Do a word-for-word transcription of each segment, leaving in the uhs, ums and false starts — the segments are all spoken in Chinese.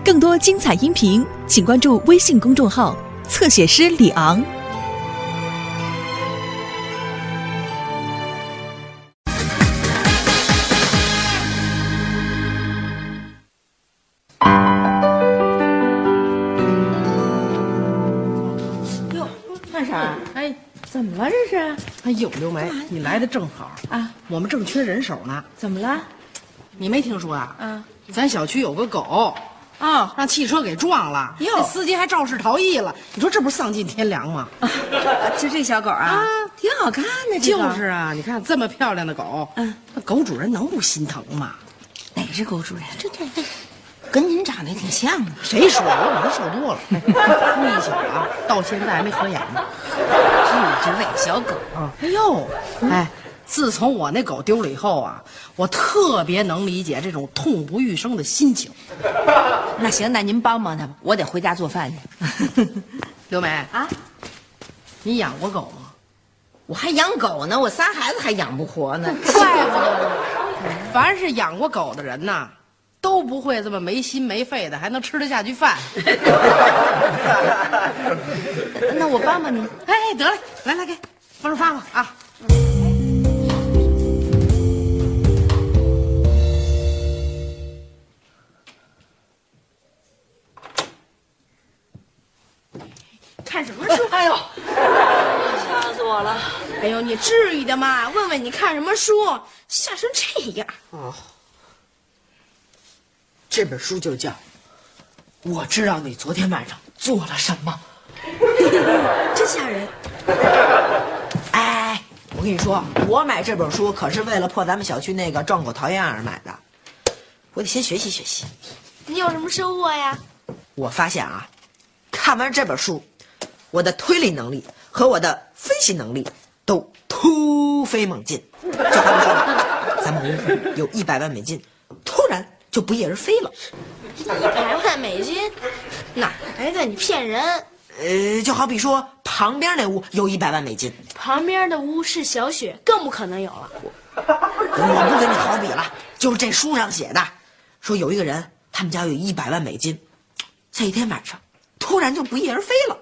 更多精彩音频，请关注微信公众号“侧写师李昂”。 哟，曼婶儿，哎，怎么了这是？ 哎呦，刘梅，你来的正好啊！我们正缺人手呢。 怎么了？ 你没听说啊？ 啊， 咱小区有个狗， 哦， 让汽车给撞了， 哟那司机还肇事逃逸了。你说这不是丧尽天良吗？ 就这小狗啊， 啊挺好看的，这个就是啊，你看这么漂亮的狗， 嗯， 那狗主人能不心疼吗？ 哪是狗主人？这这这，跟您长得挺像的。 谁说我比他瘦多了？哎一宿啊，到现在还没合眼呢。 这只伪小狗， 啊，哎呦，哎。自从我那狗丢了以后啊，我特别能理解这种痛不欲生的心情。 那行，那您帮帮他吧，我得回家做饭去。 刘梅啊， 你养过狗吗？ 我还养狗呢，我仨孩子还养不活呢。 怪不得，凡是养过狗的人呐，都不会这么没心没肺的，还能吃得下去饭。 那我帮帮您。 哎，得嘞，来来给，帮着发发啊。看什么书？哎呦， 吓死我了！ 哎呦，你至于的吗？问问你看什么书，吓成这样。 哦，这本书就叫《我知道你昨天晚上做了什么》。 真吓人！ 哎，我跟你说，我买这本书可是为了破咱们小区那个撞狗逃逸案而买的，我得先学习学习。 你有什么收获呀？ 我发现啊，看完这本书，我的推理能力和我的分析能力都突飞猛进。就好比说，咱们屋有一百万美金，突然就不翼而飞了。 一百万美金，哪来的？你骗人！ 呃，就好比说，旁边那屋有一百万美金， 旁边的屋是小雪，更不可能有了。 我不跟你好比了，就是这书上写的，说有一个人，他们家有一百万美金，在一天晚上突然就不翼而飞了。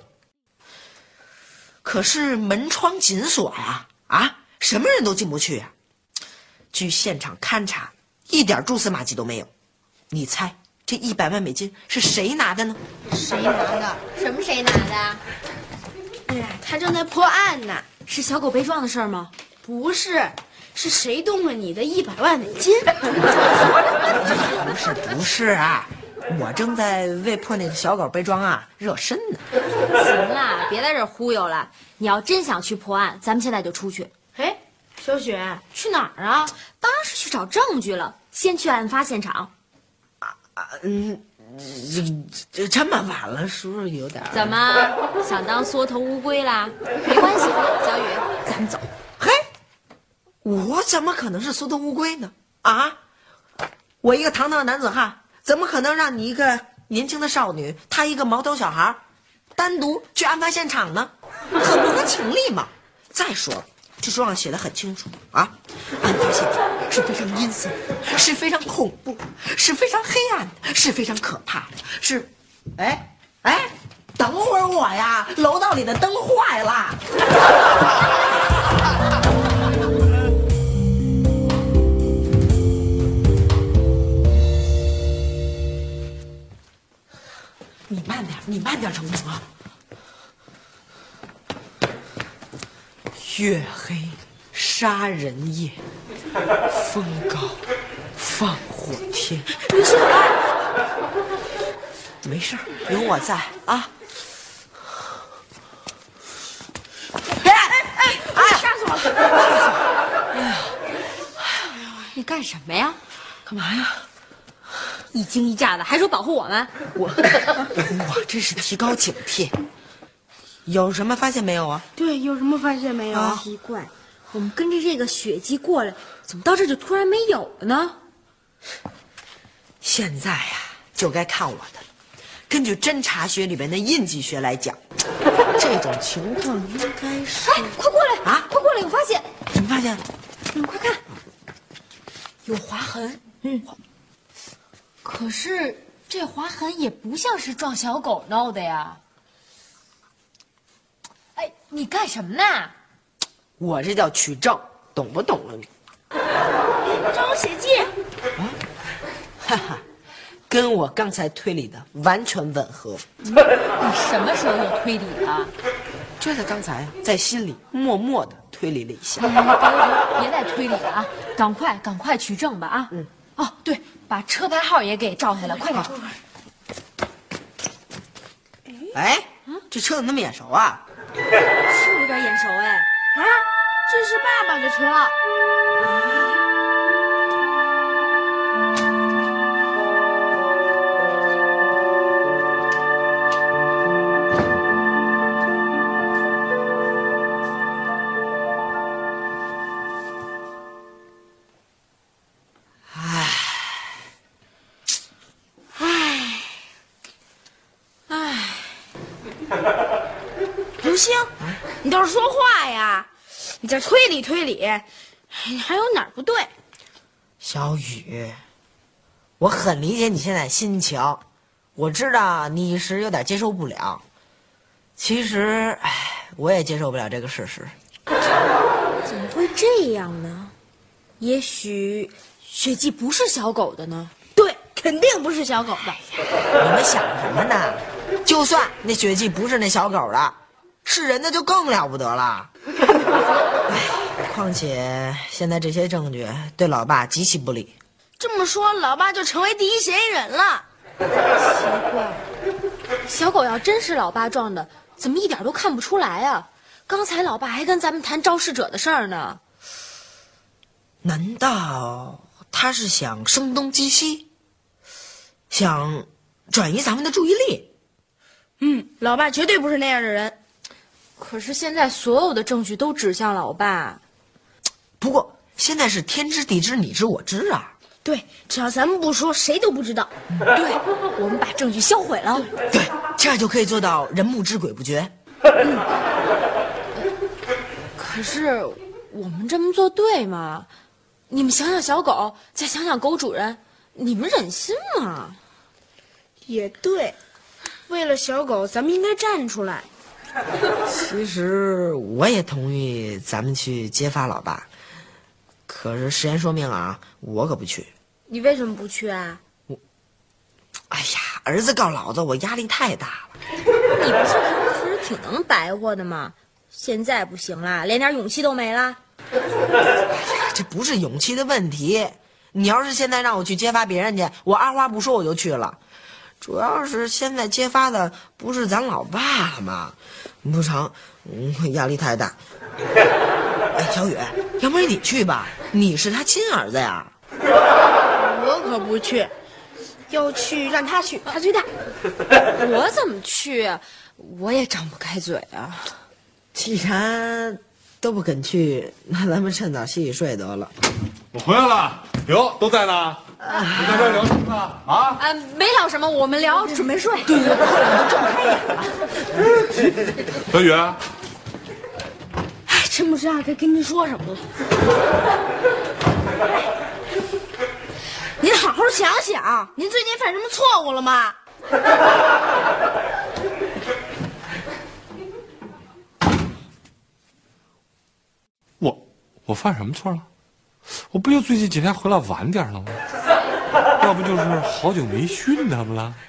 可是门窗紧锁呀，啊，什么人都进不去呀。据现场勘查，一点蛛丝马迹都没有。你猜这一百万美金是谁拿的呢？ 谁拿的？什么谁拿的？哎呀，他正在破案呢。 是小狗被撞的事儿吗？ 不是，是谁动了你的一百万美金？ 不是不是啊，我正在为破那个小狗被撞案热身呢。 行啦，别在这儿忽悠了。你要真想去破案，咱们现在就出去。 哎，小雪，去哪儿啊？ 当然是去找证据了，先去案发现场。 啊，嗯，这这这么晚了，是不是有点？ 怎么想当缩头乌龟啦？没关系，小雨，咱们走。 嘿，我怎么可能是缩头乌龟呢？啊，我一个堂堂的男子汉，怎么可能让你一个年轻的少女，她一个毛头小孩，单独去案发现场呢？很不合情理嘛。再说了，这书上写的很清楚啊，案发现场是非常阴森，是非常恐怖，是非常黑暗的，是非常可怕的，是，哎哎，等会儿我呀，楼道里的灯坏了。你慢点，你慢点，程主啊。月黑杀人夜，风高放火天。 你是哪？ 没事儿，有我在啊。 哎哎哎！哎，吓死我了！ 哎呀，你干什么呀？ 干嘛呀？ 一惊一乍的，还说保护我们？ 我我这是提高警惕。有什么发现没有啊？ 对，有什么发现没有？ 啊、奇怪，我们跟着这个血迹过来，怎么到这就突然没有了呢？ 现在呀、啊，就该看我的了。根据侦查学里边的印记学来讲，这种情况应该是…… 哎，快过来啊！ 快过来！有发现？ 什么发现？ 你快看，有划痕。 嗯， 可是这划痕也不像是撞小狗闹的呀。哎，你干什么呢？ 我这叫取证，懂不懂了你？ 找血迹。 啊，哈哈，跟我刚才推理的完全吻合。 你什么时候有推理了？ 就在刚才啊，在心里默默的推理了一下。 别别别再推理了啊！赶快赶快取证吧啊！ 嗯。 哦，对，把车牌号也给照下来，快点。 哎，这车怎么那么眼熟啊？ 是有点眼熟哎。 啊，这是爸爸的车。 刘星，你倒是说话呀！你再推理推理，还有哪儿不对？ 小雨，我很理解你现在心情，我知道你一时有点接受不了。其实，哎，我也接受不了这个事实。 怎么会这样呢？也许雪季不是小狗的呢？ 对，肯定不是小狗的。 你们想什么呢？就算那雪季不是那小狗的，是人的就更了不得了。哎，况且现在这些证据对老爸极其不利。 这么说，老爸就成为第一嫌疑人了。 奇怪，小狗要真是老爸撞的，怎么一点都看不出来啊？刚才老爸还跟咱们谈肇事者的事儿呢。 难道他是想声东击西，想转移咱们的注意力？ 嗯，老爸绝对不是那样的人。 可是现在所有的证据都指向老爸。 不过现在是天知地知你知我知啊。 对，只要咱们不说，谁都不知道。 对，我们把证据销毁了。 对，这样就可以做到人目知鬼不觉。 嗯。可是我们这么做对吗？你们想想小狗，再想想狗主人，你们忍心吗？ 也对，为了小狗，咱们应该站出来。 其实我也同意咱们去揭发老爸，可是实验说明啊，我可不去。 你为什么不去啊？ 我，哎呀，儿子告老子，我压力太大了。 你不是平时挺能白活的吗？现在不行啦，连点勇气都没了。 哎呀，这不是勇气的问题。你要是现在让我去揭发别人去，我二话不说我就去了。主要是现在揭发的不是咱老爸了吗？不成，嗯，压力太大。哎，小雨，要不然你去吧，你是他亲儿子呀。 我可不去，要去让他去，他最大。 我怎么去？我也张不开嘴啊。 既然都不肯去，那咱们趁早洗洗睡得了。 我回来了，哟，都在呢。你在这聊什么呢？啊？ 啊，没聊什么，我们聊准备睡。 对对，睁开眼了。 小雨， 哎，真不知道该跟您说什么了。您好好想想，您最近犯什么错误了吗？ 我我犯什么错了？我不就最近几天回来晚点了吗？要不就是好久没训他们了。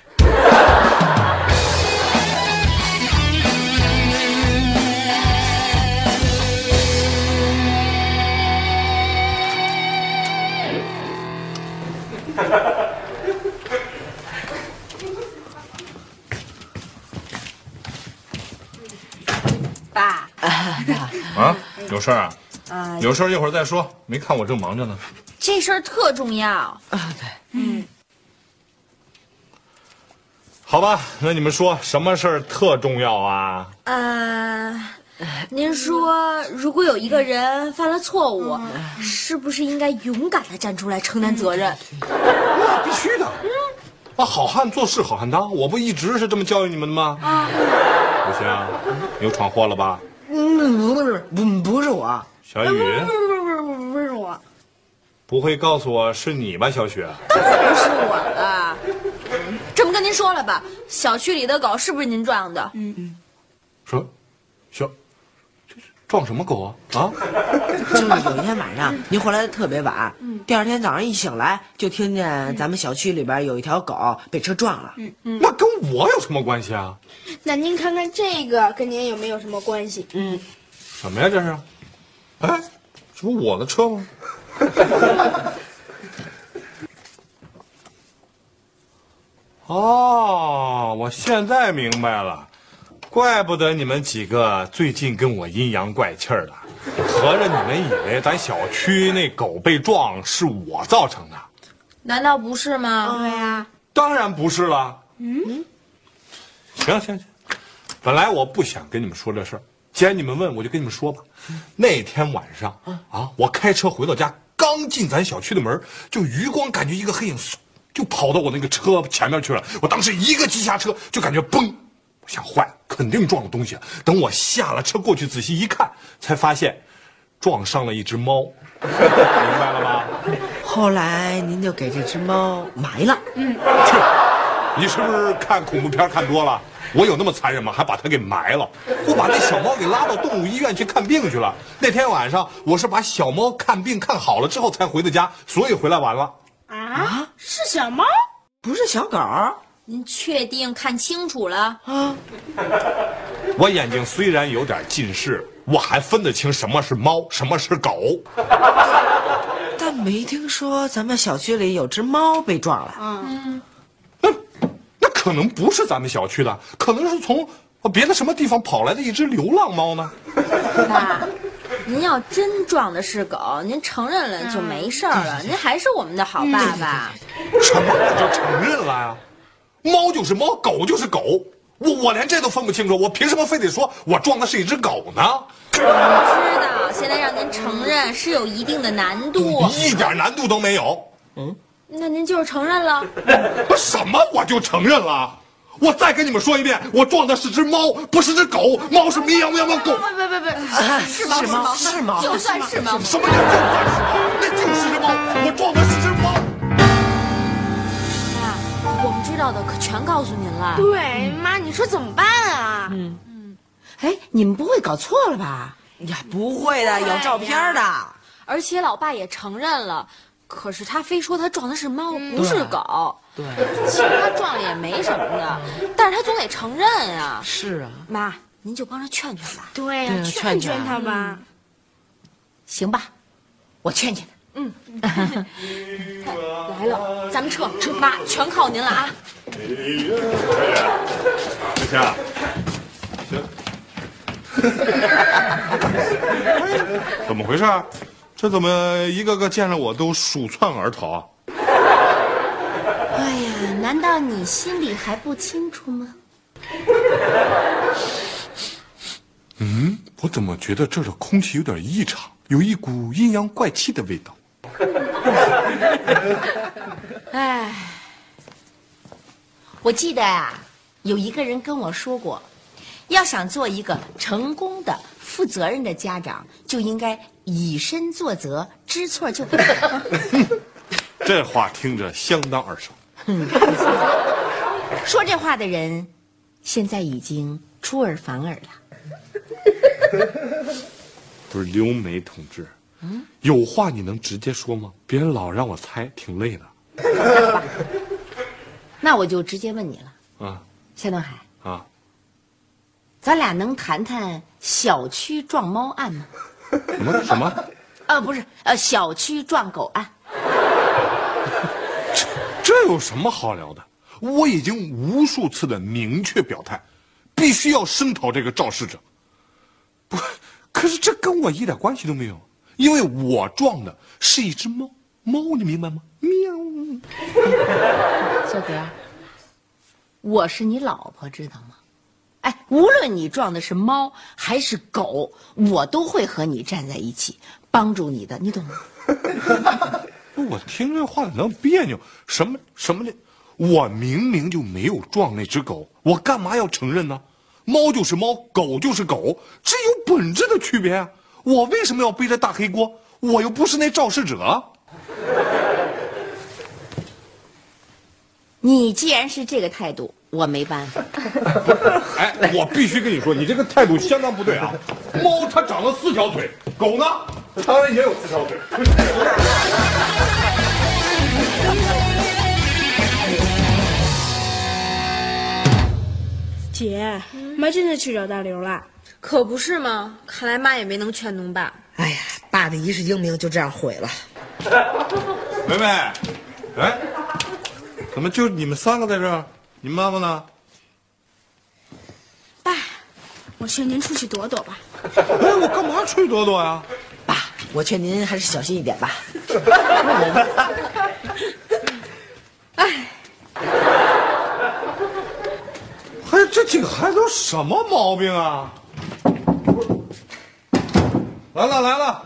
爸。 啊，有事儿啊？啊，有事儿一会儿再说。没看我正忙着呢。 这事儿特重要啊，对， 嗯。 好吧，那你们说什么事儿特重要啊？ 呃，您说，如果有一个人犯了错误，嗯、是不是应该勇敢地站出来承担责任？ 那必须的。嗯，啊，好汉做事好汉当，我不一直是这么教育你们的吗？啊，不行，你又闯祸了吧？ 嗯，不是，不不是我。 小雨， 不是不是不是不是不是我。 不会告诉我是你吧，小雪？ 当然不是我了。 跟您说了吧，小区里的狗是不是您撞的？ 嗯嗯。说，小，撞什么狗啊？啊？ 就是有一天晚上您回来的特别晚，第二天早上一醒来就听见咱们小区里边有一条狗被车撞了。 嗯嗯。那跟我有什么关系啊？ 那您看看这个跟您有没有什么关系？ 嗯。 什么呀这是？哎，这不我的车吗？哦，我现在明白了，怪不得你们几个最近跟我阴阳怪气儿的，合着你们以为咱小区那狗被撞是我造成的？ 难道不是吗？ 对呀。 当然不是了。嗯，行行行，本来我不想跟你们说这事儿，既然你们问，我就跟你们说吧。那天晚上啊，我开车回到家，刚进咱小区的门，就余光感觉一个黑影就跑到我那个车前面去了。我当时一个急刹车，就感觉嘣，我想坏了，肯定撞了东西。等我下了车过去仔细一看，才发现撞伤了一只猫。明白了吧？ 后来您就给这只猫埋了。 嗯，去，你是不是看恐怖片看多了？我有那么残忍吗？还把它给埋了。我把那小猫给拉到动物医院去看病去了。那天晚上我是把小猫看病看好了之后才回的家，所以回来晚了。 啊？是小猫？ 不是小狗？ 您确定看清楚了？ 啊！ 我眼睛虽然有点近视，我还分得清什么是猫，什么是狗。 但没听说咱们小区里有只猫被撞了。 嗯， 那那可能不是咱们小区的，可能是从别的什么地方跑来的一只流浪猫呢。 爸，您要真撞的是狗，您承认了就没事儿了，您还是我们的好爸爸。 什么我就承认了呀？猫就是猫，狗就是狗，我我连这都分不清楚，我凭什么非得说我撞的是一只狗呢？ 我知道，现在让您承认是有一定的难度， 一点难度都没有。 嗯，那您就是承认了？ 什么我就承认了？我再跟你们说一遍，我撞的是只猫，不是只狗。猫是喵喵喵狗。 不不不不， 是猫是猫是猫， 就算是猫。 什么叫就算是猫？那就是只猫，我撞的是只猫。 我们知道的可全告诉您了。 对，妈，你说怎么办啊？ 嗯嗯，哎，你们不会搞错了吧？ 呀，不会的，有照片的。 而且老爸也承认了，可是他非说他撞的是猫，不是狗。 对， 其实他撞了也没什么的，但是他总得承认啊。 是啊， 妈，您就帮着劝劝吧。 对呀，劝劝他吧。 行吧，我劝劝他。 嗯，来了，咱们撤撤，妈，全靠您了啊！ 小夏，行，怎么回事？这怎么一个个见了我都鼠窜而逃啊？ 哎呀，难道你心里还不清楚吗？ 嗯，我怎么觉得这儿的空气有点异常，有一股阴阳怪气的味道。 哎，我记得啊，有一个人跟我说过，要想做一个成功的、负责任的家长，就应该以身作则，知错就改。 这话听着相当耳熟。 说这话的人，现在已经出尔反尔了。 不是刘梅同志。嗯，有话你能直接说吗？别人老让我猜，挺累的。 那我就直接问你了。 啊， 夏东海啊， 咱俩能谈谈小区撞猫案吗？ 什么什么？ 呃，不是，呃，小区撞狗案。 这这有什么好聊的？我已经无数次的明确表态，必须要声讨这个肇事者。不，可是这跟我一点关系都没有。因为我撞的是一只猫，猫你明白吗？喵。 小哥，我是你老婆，知道吗？哎，无论你撞的是猫还是狗，我都会和你站在一起，帮助你的，你懂吗？ 我听这话怎么别扭？什么什么的？我明明就没有撞那只狗，我干嘛要承认呢？猫就是猫，狗就是狗，这有本质的区别啊！我为什么要背着大黑锅？我又不是那肇事者。 你既然是这个态度，我没办法。 哎，我必须跟你说，你这个态度相当不对啊！猫它长了四条腿，狗呢，当然也有四条腿。 姐，妈真的去找大刘了？ 可不是吗？看来妈也没能劝动爸。 哎呀，爸的一世英名就这样毁了。 梅梅，哎，怎么就你们三个在这儿？你妈妈呢？ 爸，我劝您出去躲躲吧。 哎，我干嘛去躲躲呀？ 爸，我劝您还是小心一点吧。 哎， 哎，这几个孩子都什么毛病啊？来了来了。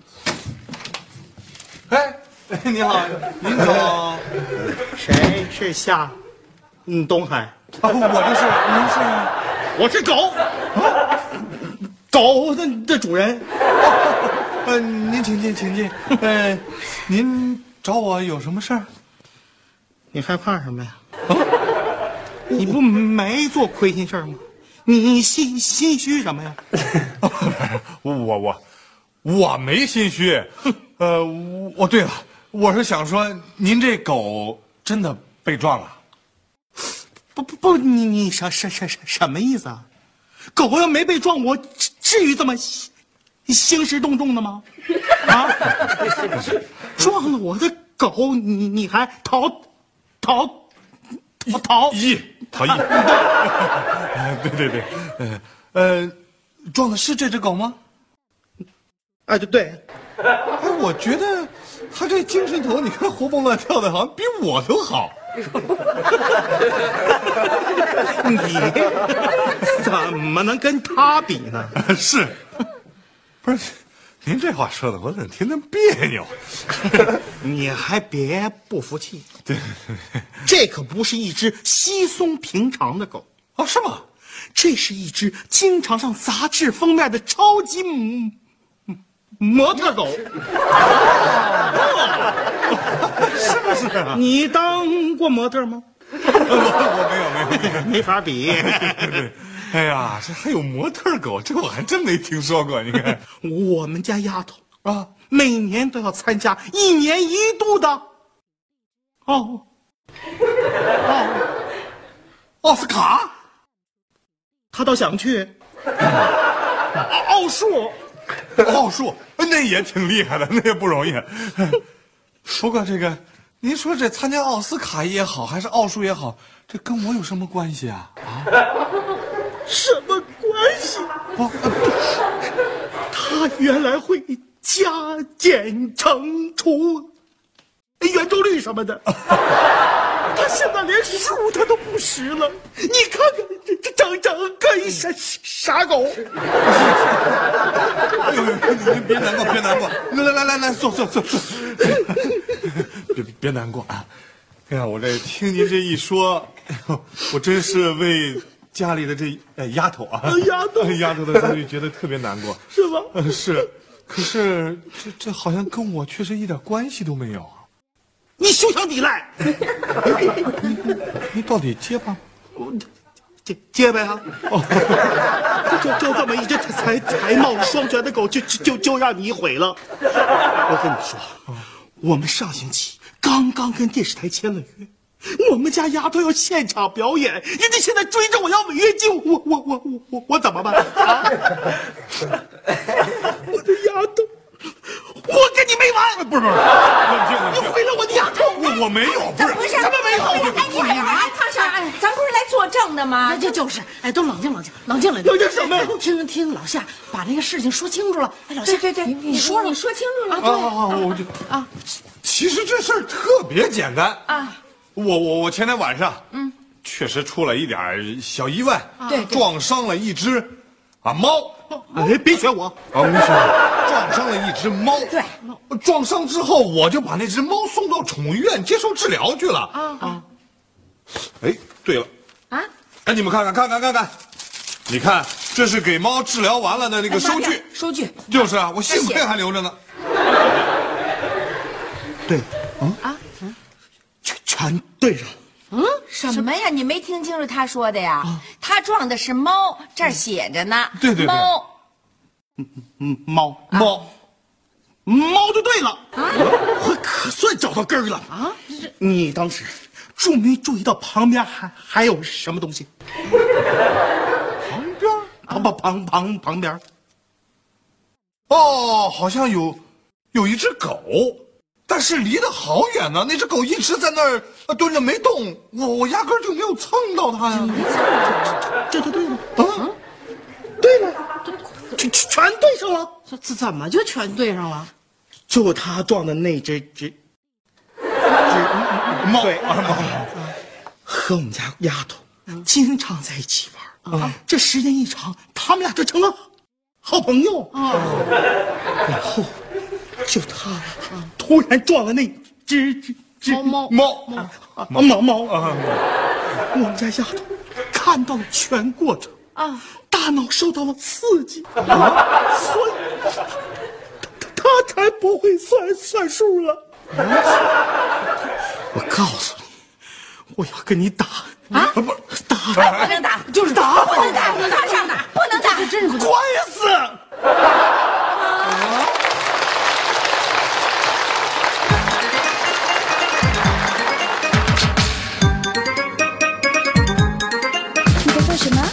哎，你好，您好。 谁是夏？嗯，东海。 啊，我这是，您是？ 我是狗。啊，狗的的主人。 呃，您请进，请进。呃，您找我有什么事儿？ 你害怕什么呀？啊，你不没做亏心事儿吗？你心心虚什么呀？ 我我我我没心虚。呃，我对了，我是想说，您这狗真的被撞了？ 不不不，你你什什什什什么意思啊？狗要没被撞，我至至于这么兴师动众的吗？啊！撞了我的狗，你你还逃逃逃逃逸逃逸？对对对，呃呃，撞的是这只狗吗？ 啊，对对。 哎，我觉得他这精神头，你看活蹦乱跳的，好像比我都好。 你怎么能跟他比呢？ 是，不是？您这话说的，我怎么听着别扭？ 你还别不服气。 对， 这可不是一只稀松平常的狗啊，是吗？ 这是一只经常上杂志封面的超级模模特狗。 是不是啊？ 你当过模特吗？ 我我没有没有没有， 没法比。 对对，哎呀，这还有模特狗，这我还真没听说过。你看， 我们家丫头啊， 每年都要参加一年一度的哦哦奥斯卡， 她倒想去。奥数， 奥数那也挺厉害的，那也不容易。不过这个，您说这参加奥斯卡也好，还是奥数也好，这跟我有什么关系啊？啊？ 什么关系？哦，他原来会加减乘除、圆周率什么的，他现在连数他都不识了。你看看，这这整整个一傻傻狗。 哎呦，您别难过，别难过，来来来来，坐坐坐坐，别别难过啊！哎呀，我这听您这一说，哎呦，我真是为家里的这哎丫头啊， 丫头丫头的遭遇觉得特别难过， 是吧？ 嗯，是，可是这这好像跟我确实一点关系都没有啊！ 你休想抵赖！ 你你到底结巴吗？ 结结巴呀！哦，就就这么一只才才貌双全的狗，就就就让你毁了。我跟你说，我们上星期刚刚跟电视台签了约，我们家丫头要现场表演，人家现在追着我要违约金，我我我我我我怎么办啊？我的丫头，我跟你没完！ 不是不是，冷静冷静， 你毁了我的丫头！ 我我没有，不是不是什么没有？ 哎，你还哎，胖婶，哎，咱不是来作证的吗？ 这就是，哎，都冷静冷静，冷静冷静。 冷静什么呀？ 听听老夏把那个事情说清楚了。哎，老夏， 对对对， 你你说你说清楚了啊？对啊，我就啊， 其实这事儿特别简单啊。 我我我前天晚上，嗯，确实出了一点小意外， 对， 撞伤了一只啊猫。 哎，别选我啊，没选，撞伤了一只猫。 对， 撞伤之后，我就把那只猫送到宠物医院接受治疗去了。啊啊！哎，对了，啊，哎，你们看看，看看，看看，你看，这是给猫治疗完了的那个收据。 收据就是啊，我幸亏还留着呢。 对，嗯啊，全全对上。 嗯，什么呀？你没听清楚他说的呀？啊、他撞的是猫，这儿写着呢。 对对对， 猫， 嗯嗯，猫猫。啊猫就对了啊！我可算找到根儿了啊！你当时注没注意到旁边还还有什么东西？ 旁边？ 旁旁旁旁旁边？ 哦，好像有有一只狗，但是离得好远呢。那只狗一直在那儿蹲着没动，我我压根儿就没有蹭到它呀。 这就对了啊！对了，全全对上了。 这这怎么就全对上了？ 就他撞的那只只只猫，对啊，猫和我们家丫头经常在一起玩啊。这时间一长，他们俩就成了好朋友啊。然后就他突然撞了那只只只猫猫猫猫猫啊。我们家丫头看到了全过程啊，大脑受到了刺激啊，所以。他才不会算算数了。我告诉你，我要跟你打啊！ 不打， 不能打， 就是打， 不能打，不能打，上打，不能打， 真是快死！ 你在做什么？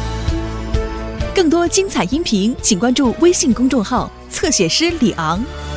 更多精彩音频，请关注微信公众号“侧写师李昂”。